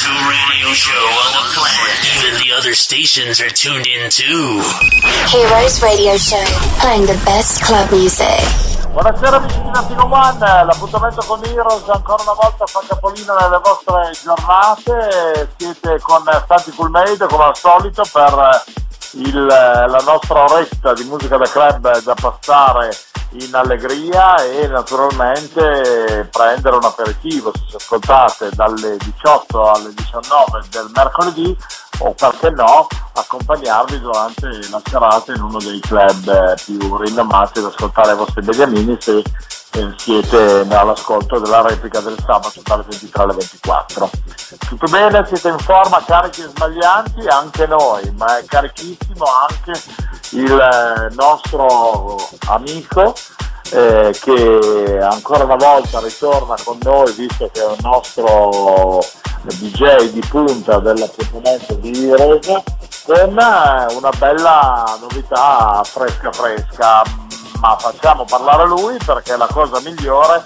radio show on the planet. Even the other stations are tuned in too. Heroes Radio Show, playing the best club music. Buonasera amici di Latino One, l'appuntamento con Heroes ancora una volta fa capolino nelle vostre giornate. Siete con Santi Coolmade come al solito per la nostra oretta di musica da club da passare in allegria e naturalmente prendere un aperitivo se ascoltate dalle 18 alle 19 del mercoledì, o perché no accompagnarvi durante la serata in uno dei club più rinomati ad ascoltare i vostri beniamini se siete all'ascolto della replica del sabato dalle 23 alle 24. Tutto bene? Siete in forma, carichi e smaglianti? Anche noi, ma è carichissimo anche il nostro amico che ancora una volta ritorna con noi, visto che è un nostro DJ di punta dell'appuntamento di Heroes, con una bella novità fresca, ma facciamo parlare lui perché è la cosa migliore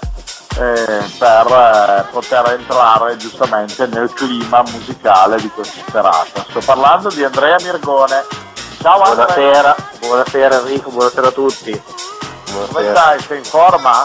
per poter entrare giustamente nel clima musicale di questa serata. Sto parlando di Andrea Mirgone. Ciao Andrea. Buonasera Enrico, buonasera a tutti. Come stai? Sei in forma?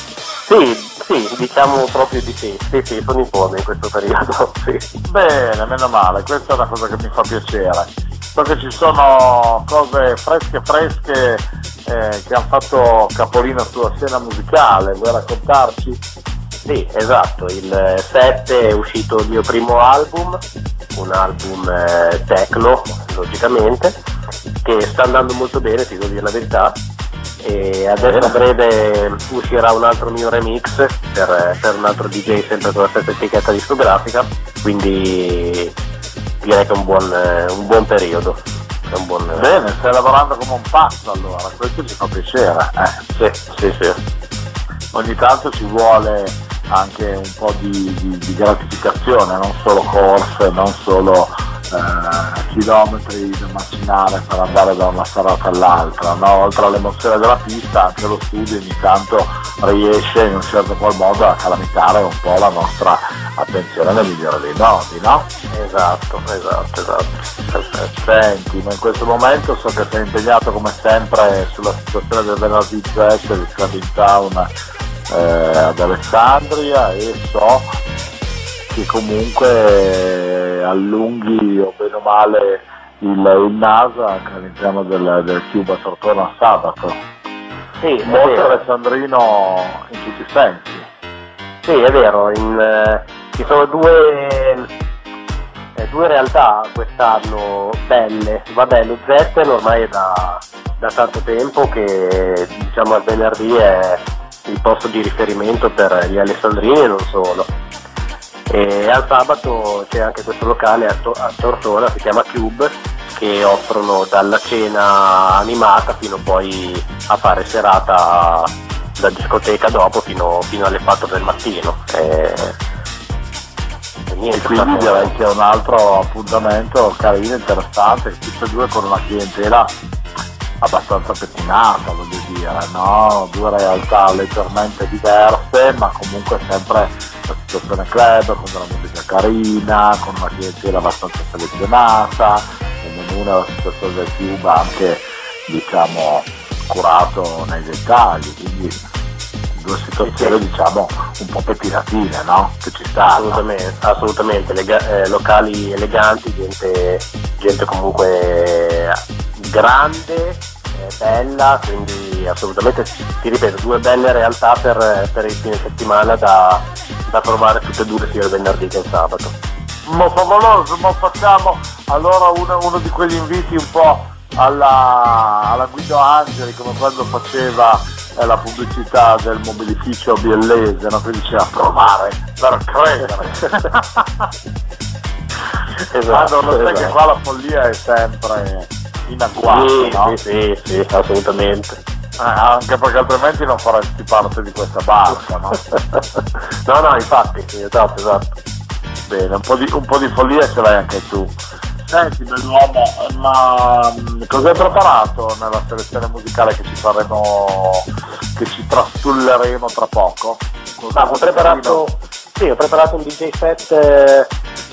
Sì, diciamo proprio di sì, sono in forma in questo periodo, sì. Bene, meno male, questa è una cosa che mi fa piacere. So che ci sono cose fresche che hanno fatto capolino sulla scena musicale, vuoi raccontarci? Sì, esatto, il 7 è uscito il mio primo album, un album techno, logicamente, che sta andando molto bene, ti devo dire la verità, e adesso a breve uscirà un altro mio remix per un altro DJ sempre con la stessa etichetta discografica, quindi direi che è un buon periodo. Bene, stai lavorando come un pazzo allora, questo ci fa piacere. Sì. Ogni tanto ci vuole anche un po' di gratificazione, non solo corse, non solo chilometri da macinare per andare da una serata all'altra, no? Oltre all'emozione della pista anche lo studio ogni tanto riesce in un certo qual modo a calamitare un po' la nostra attenzione nel migliore dei modi, no? Esatto, perfetto. Senti, ma in questo momento so che sei impegnato come sempre sulla situazione del venerdì 7 del Club in Town ad Alessandria, e so che comunque allunghi o bene o male il naso anche all'interno del Cube a Tortona sabato. Sì, molto alessandrino in tutti i sensi. Sì, è vero, ci sono due realtà quest'anno belle. Vabbè, lo Zetten ormai è da tanto tempo che diciamo al venerdì è il posto di riferimento per gli alessandrini e non solo. E al sabato c'è anche questo locale a Tortona, si chiama Cube, che offrono dalla cena animata fino poi a fare serata da discoteca dopo fino alle 4 del mattino. E quindi direi che è un altro appuntamento carino, interessante, tutte e due con una clientela abbastanza pettinata, voglio dire, no? Due realtà leggermente diverse, ma comunque sempre la situazione club, con della musica carina, con una clientela abbastanza selezionata, e ognuno la situazione del Cube anche, diciamo, curato nei dettagli, quindi due situazioni diciamo un po' pettinatine, no? Che ci sta. Assolutamente, locali eleganti, gente comunque grande, bella, quindi assolutamente ti ripeto, due belle realtà per il fine settimana da provare tutte e due, sia il venerdì che il sabato. Ma favoloso, ma facciamo allora uno di quegli inviti un po' alla Guido Angeli, come quando faceva la pubblicità del mobilificio biellese, no? Che diceva provare per credere. Esatto, lo sai che qua la follia è sempre in agguato, no? Sì, assolutamente. Anche perché altrimenti non faresti parte di questa barca, no? No, infatti, sì, esatto. Bene, un po' di follia ce l'hai anche tu. Senti bell'uomo, ma cosa hai preparato nella selezione musicale che ci trastulleremo tra poco? Ho preparato un DJ set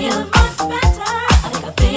feel, I think I feel.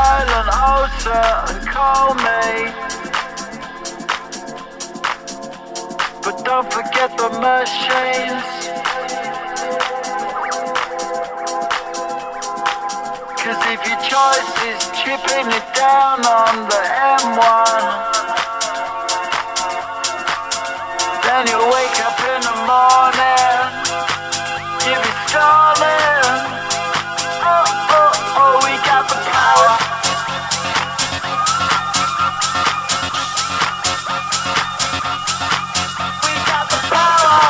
silent ocean, call me. But don't forget the machines. 'Cause if your choice is chipping it down on the M1, then you wake up in the morning, you'll be stalling. Oh, oh, oh, we got the power. We got the power.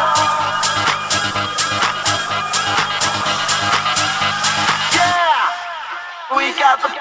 Yeah, we got the power.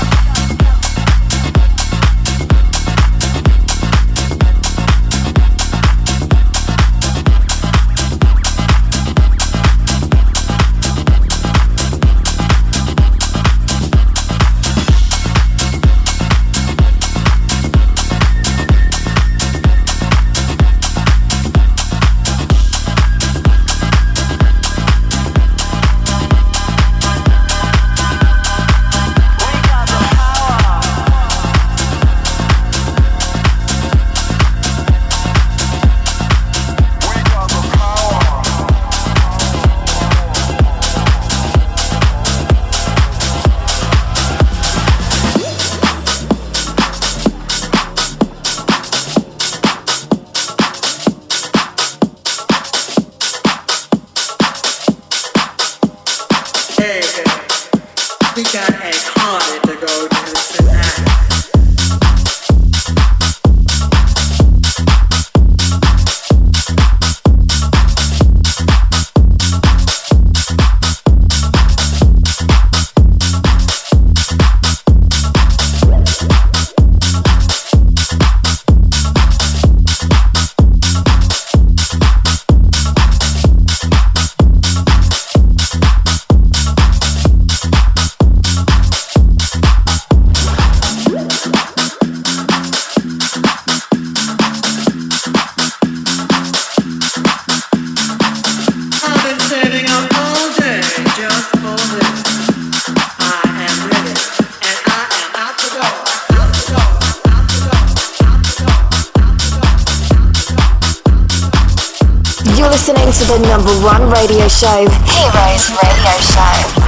Listening to the #1 radio show, Heroes Radio Show.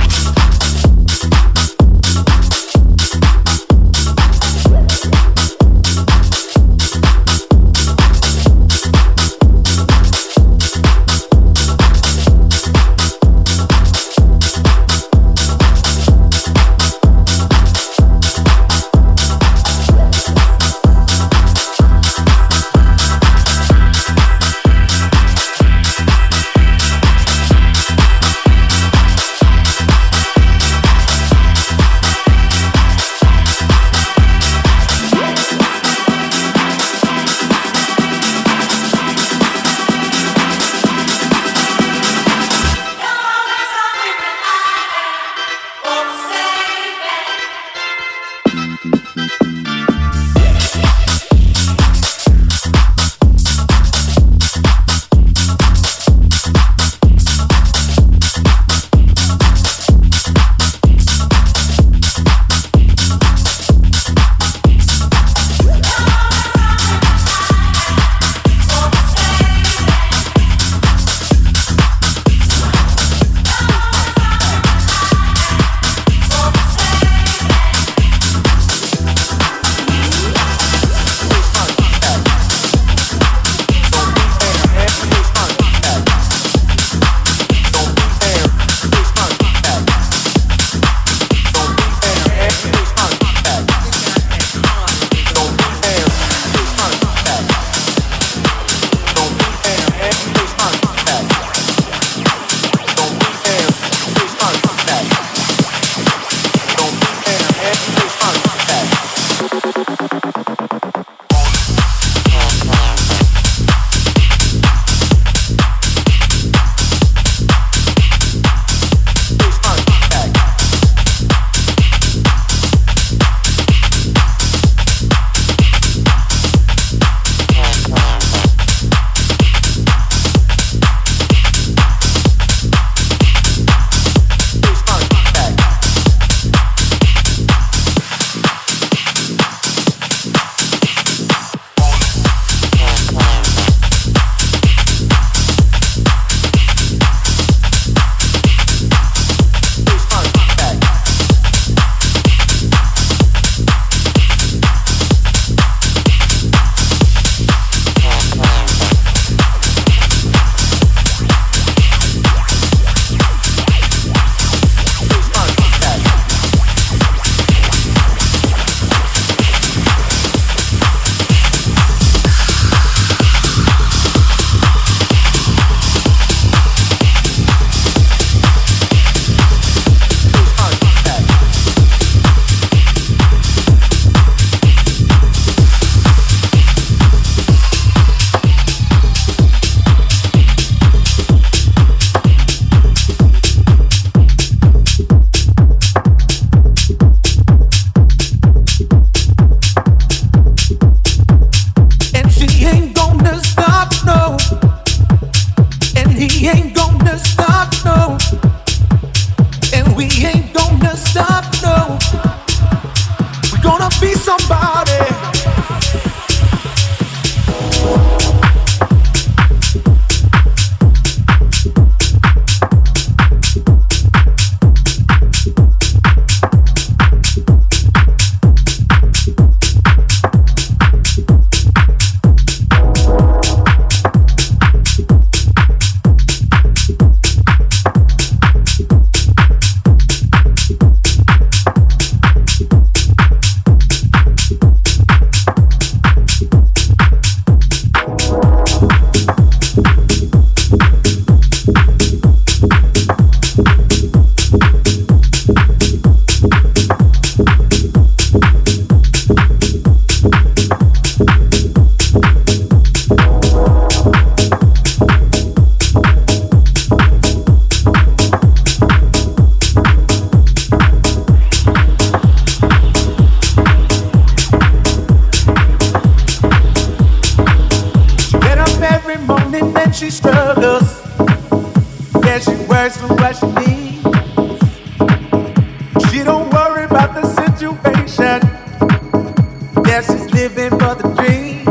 situation. Yeah, she's living for the dream.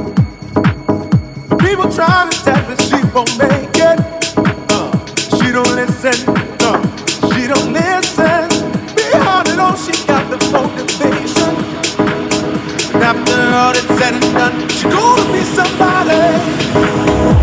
People trying to tell her she won't make it. She don't listen. She don't listen. Behind it all, she got the motivation. And after all that's said and done, she gonna be somebody.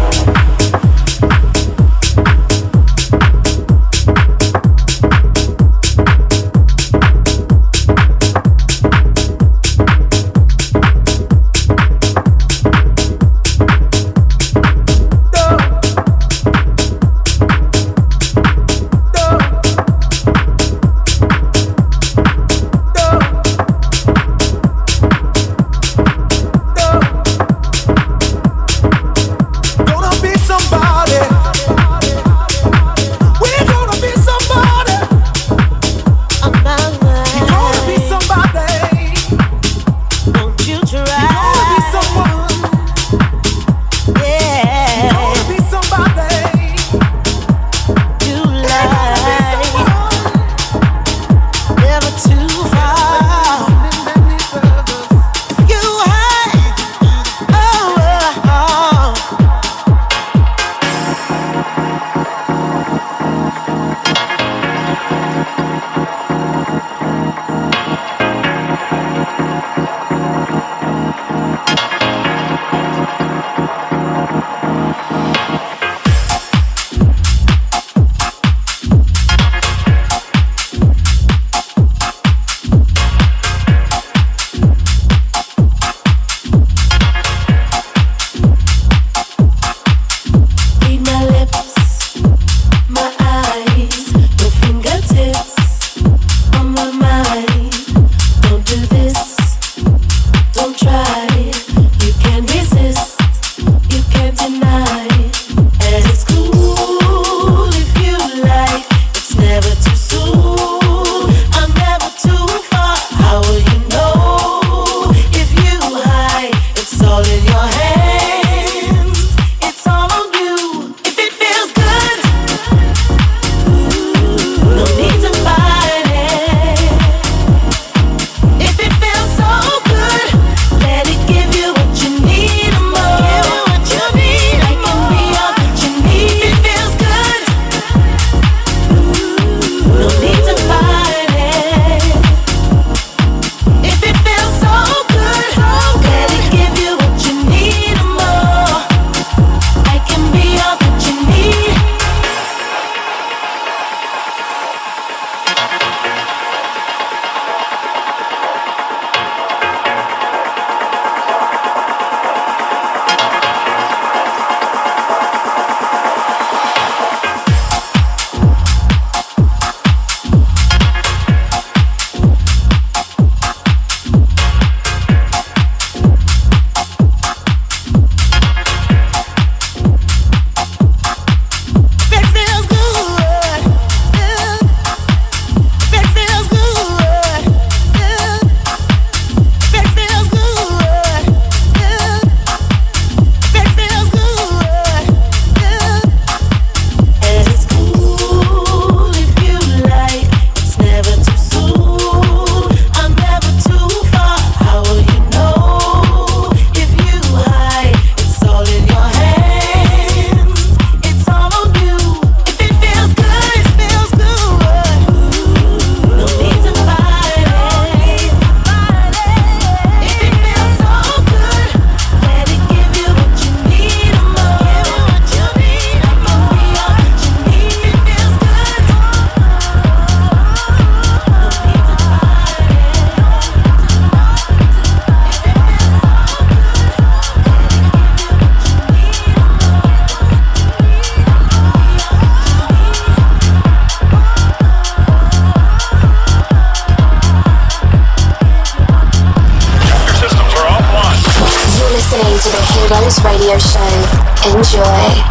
Heroes Radio Show. Enjoy.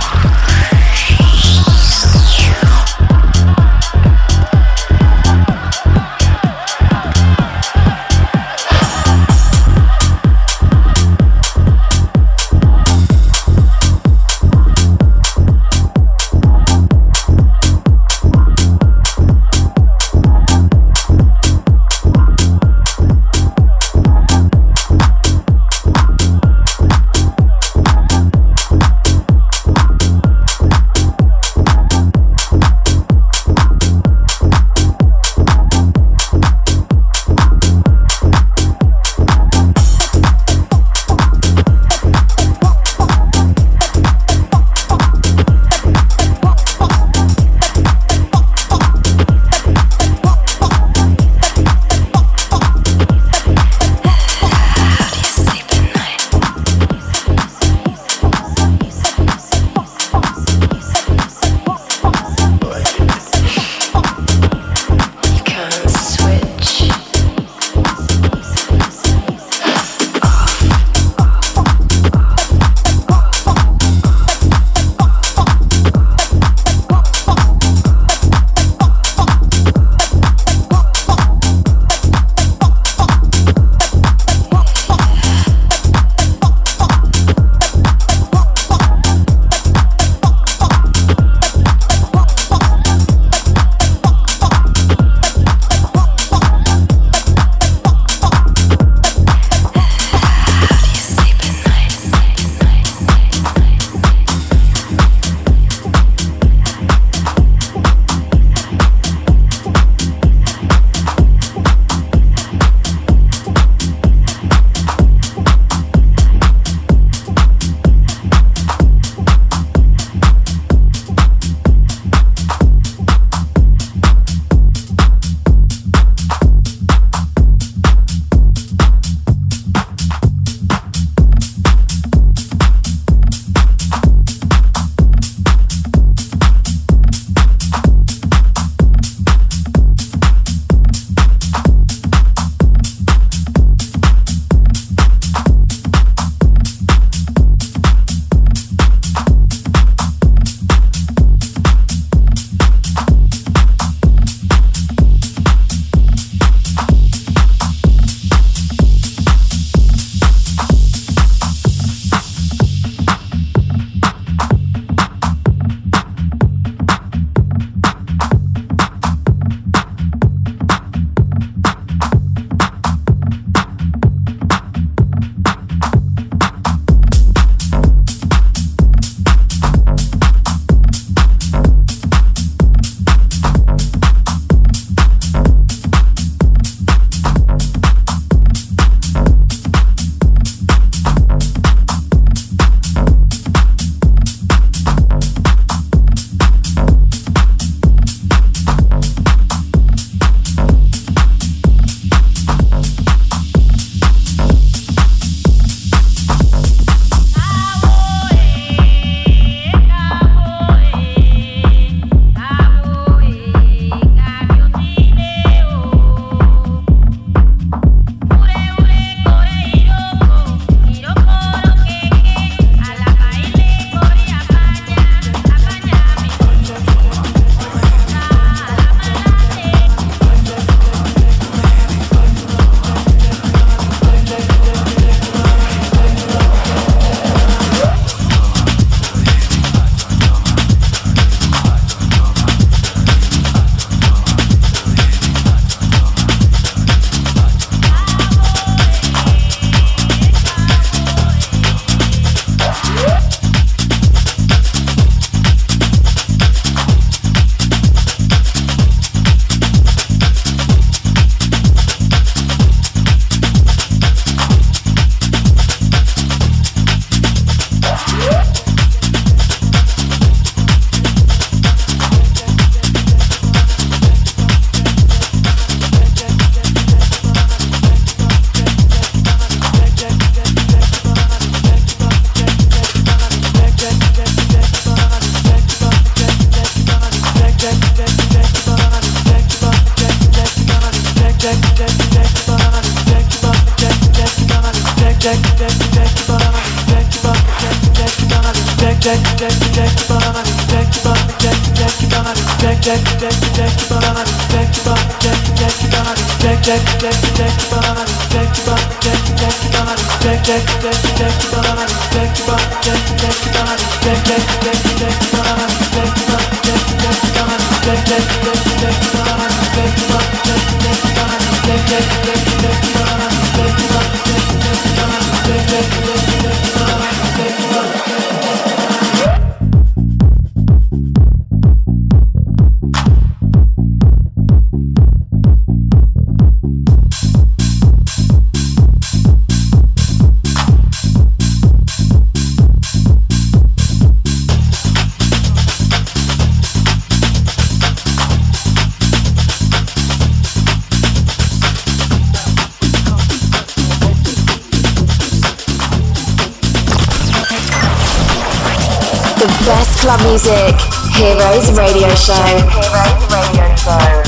Best club music, Heroes Radio Show. Heroes Radio Show.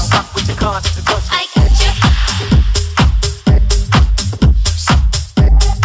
I got you.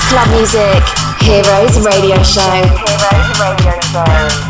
club music. Heroes Radio Show. Heroes Radio Show.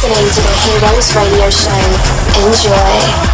listening to the Heroes Radio Show. Enjoy.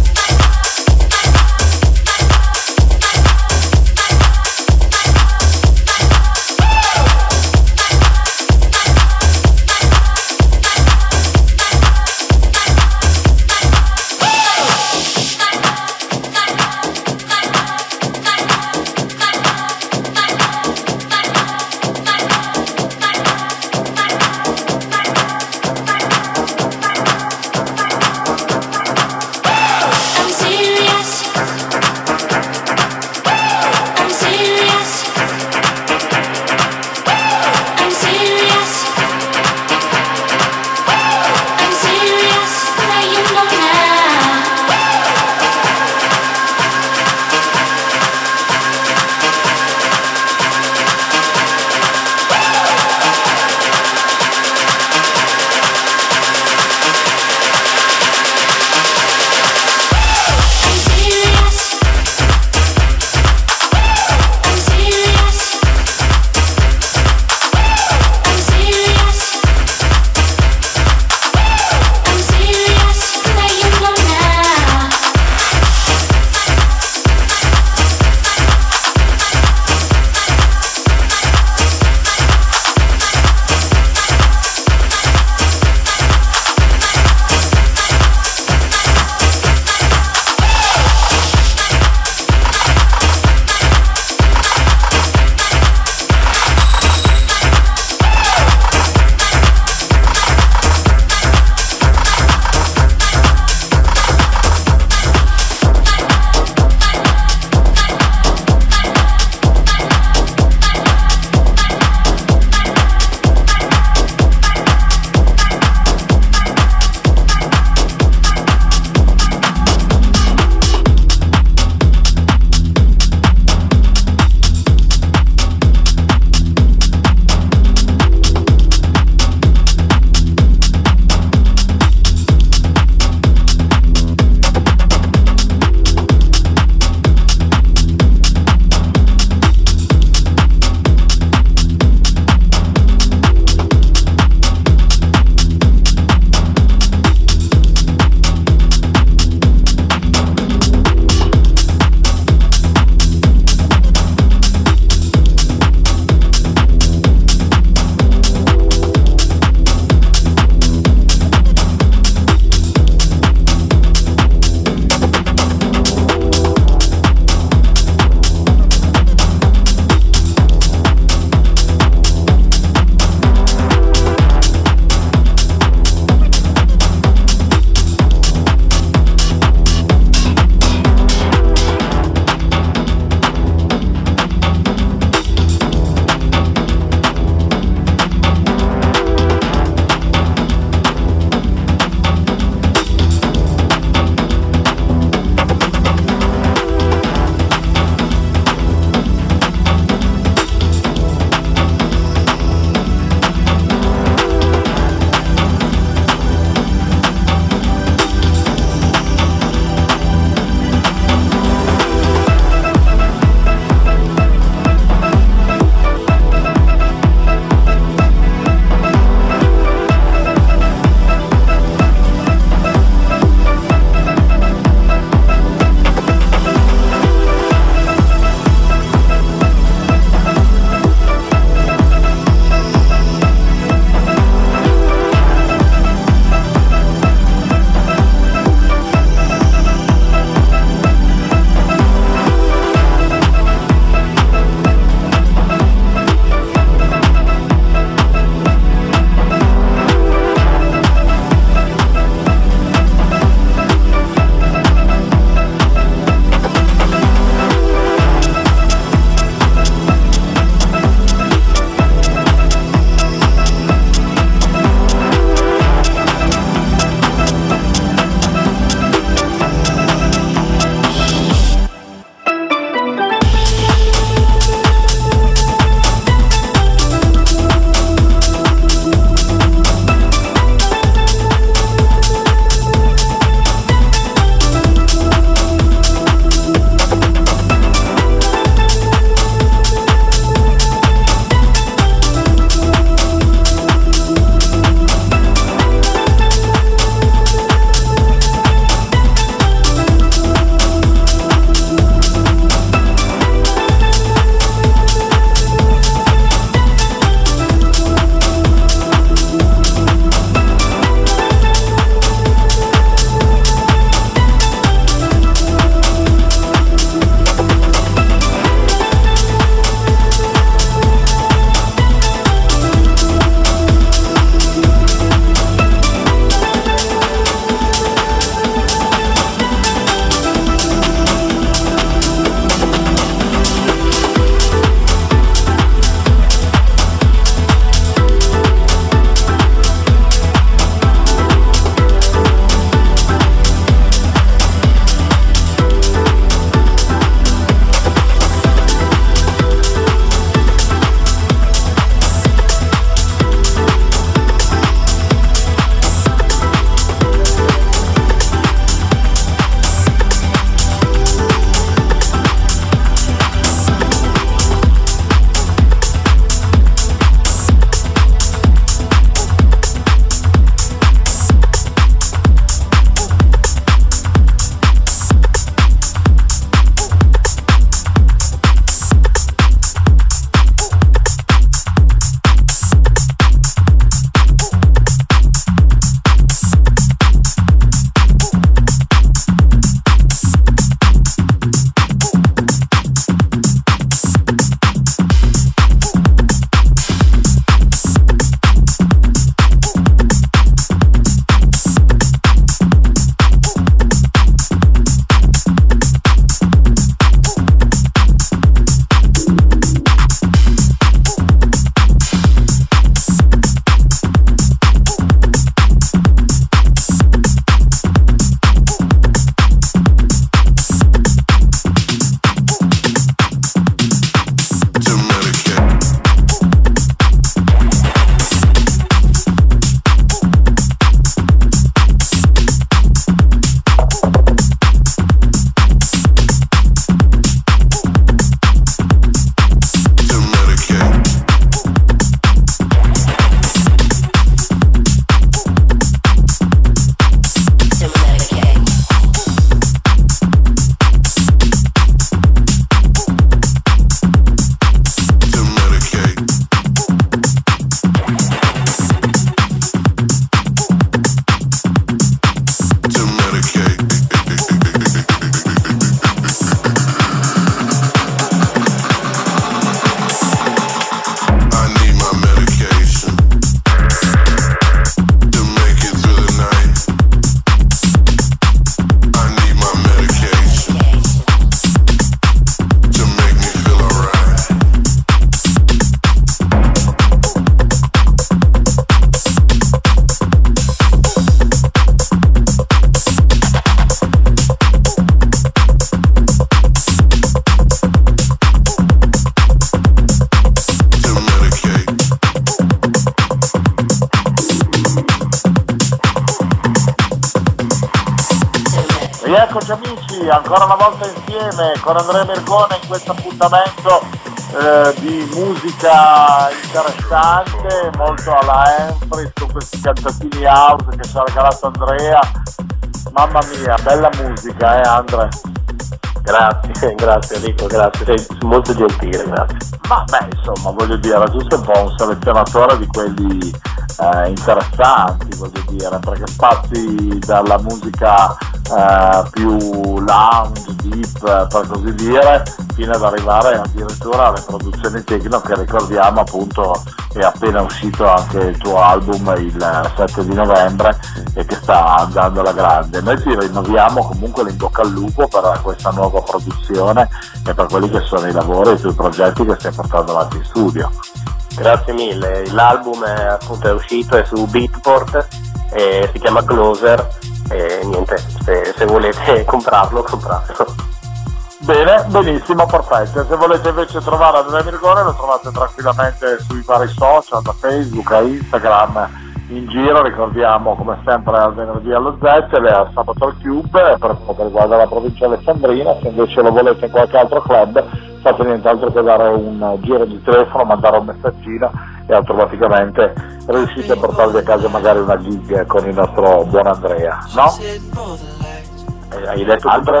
ancora una volta insieme con Andrea Mercone in questo appuntamento di musica interessante, molto alla Enfris, con questi cantatini house che ci ha regalato Andrea. Mamma mia, bella musica, Andrea? Grazie Enrico, grazie, sei molto gentile, grazie. Ma beh, insomma, voglio dire, tu sei un po' un selezionatore di quelli interessanti, voglio dire, perché spazi dalla musica più lounge, deep, per così dire, fino ad arrivare addirittura alle produzioni techno che ricordiamo appunto è appena uscito anche il tuo album il 7 di novembre e che sta andando alla grande. Noi ti rinnoviamo comunque l'in bocca al lupo per questa nuova produzione e per quelli che sono i lavori e i tuoi progetti che stai portando avanti in studio. Grazie mille, l'album è uscito, è su Beatport, si chiama Closer e niente, se volete comprarlo. Bene, benissimo, perfetto. Se volete invece trovare Andrea Mercone lo trovate tranquillamente sui vari social, da Facebook a Instagram, in giro. Ricordiamo come sempre al venerdì allo Zettel e al sabato al Cube per quanto riguarda la provincia alessandrina. Se invece lo volete in qualche altro club fate nient'altro che dare un giro di telefono, mandare un messaggino e automaticamente riuscite a portarvi a casa magari una gig con il nostro buon Andrea, no? Hai detto Andrea?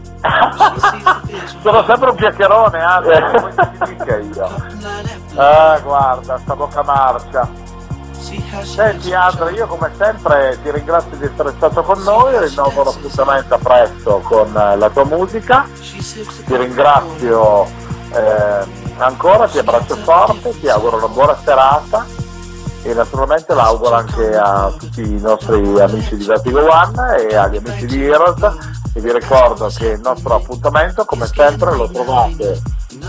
Sono sempre un chiacchierone, Andrea, come ti dica io. Guarda, sta bocca marcia. Senti Andrea, io come sempre ti ringrazio di essere stato con noi, rinnovo l'appuntamento a presto con la tua musica, ti ringrazio ancora, ti abbraccio forte, ti auguro una buona serata e naturalmente l'auguro anche a tutti i nostri amici di Vertigo One e agli amici di Heroes e vi ricordo che il nostro appuntamento come sempre lo trovate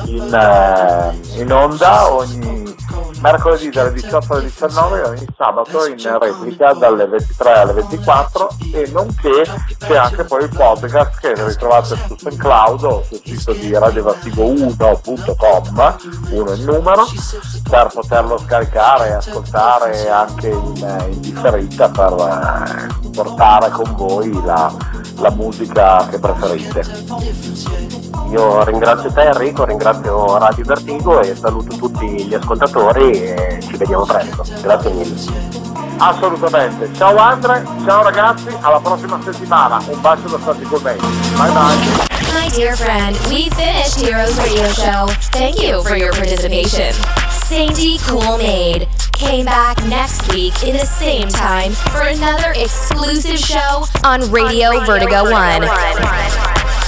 in onda ogni mercoledì dalle 18 alle 19 e ogni sabato in replica dalle 23 alle 24 e nonché c'è anche poi il podcast che ritrovate su SoundCloud o sul sito di radiovertigo1.com, uno in numero, per poterlo scaricare e ascoltare anche in differita per portare con voi la musica che preferite. Io ringrazio te Enrico, ringrazio Radio Vertigo e saluto tutti gli ascoltatori e ci vediamo presto. Grazie mille. Assolutamente. Ciao Andre, ciao ragazzi, alla prossima settimana. Un bacio da Stati con me. Bye bye. My dear friend, we finished Heroes Radio Show. Thank you for your participation. Sainty Cool Maid came back next week in the same time for another exclusive show on Radio Vertigo One.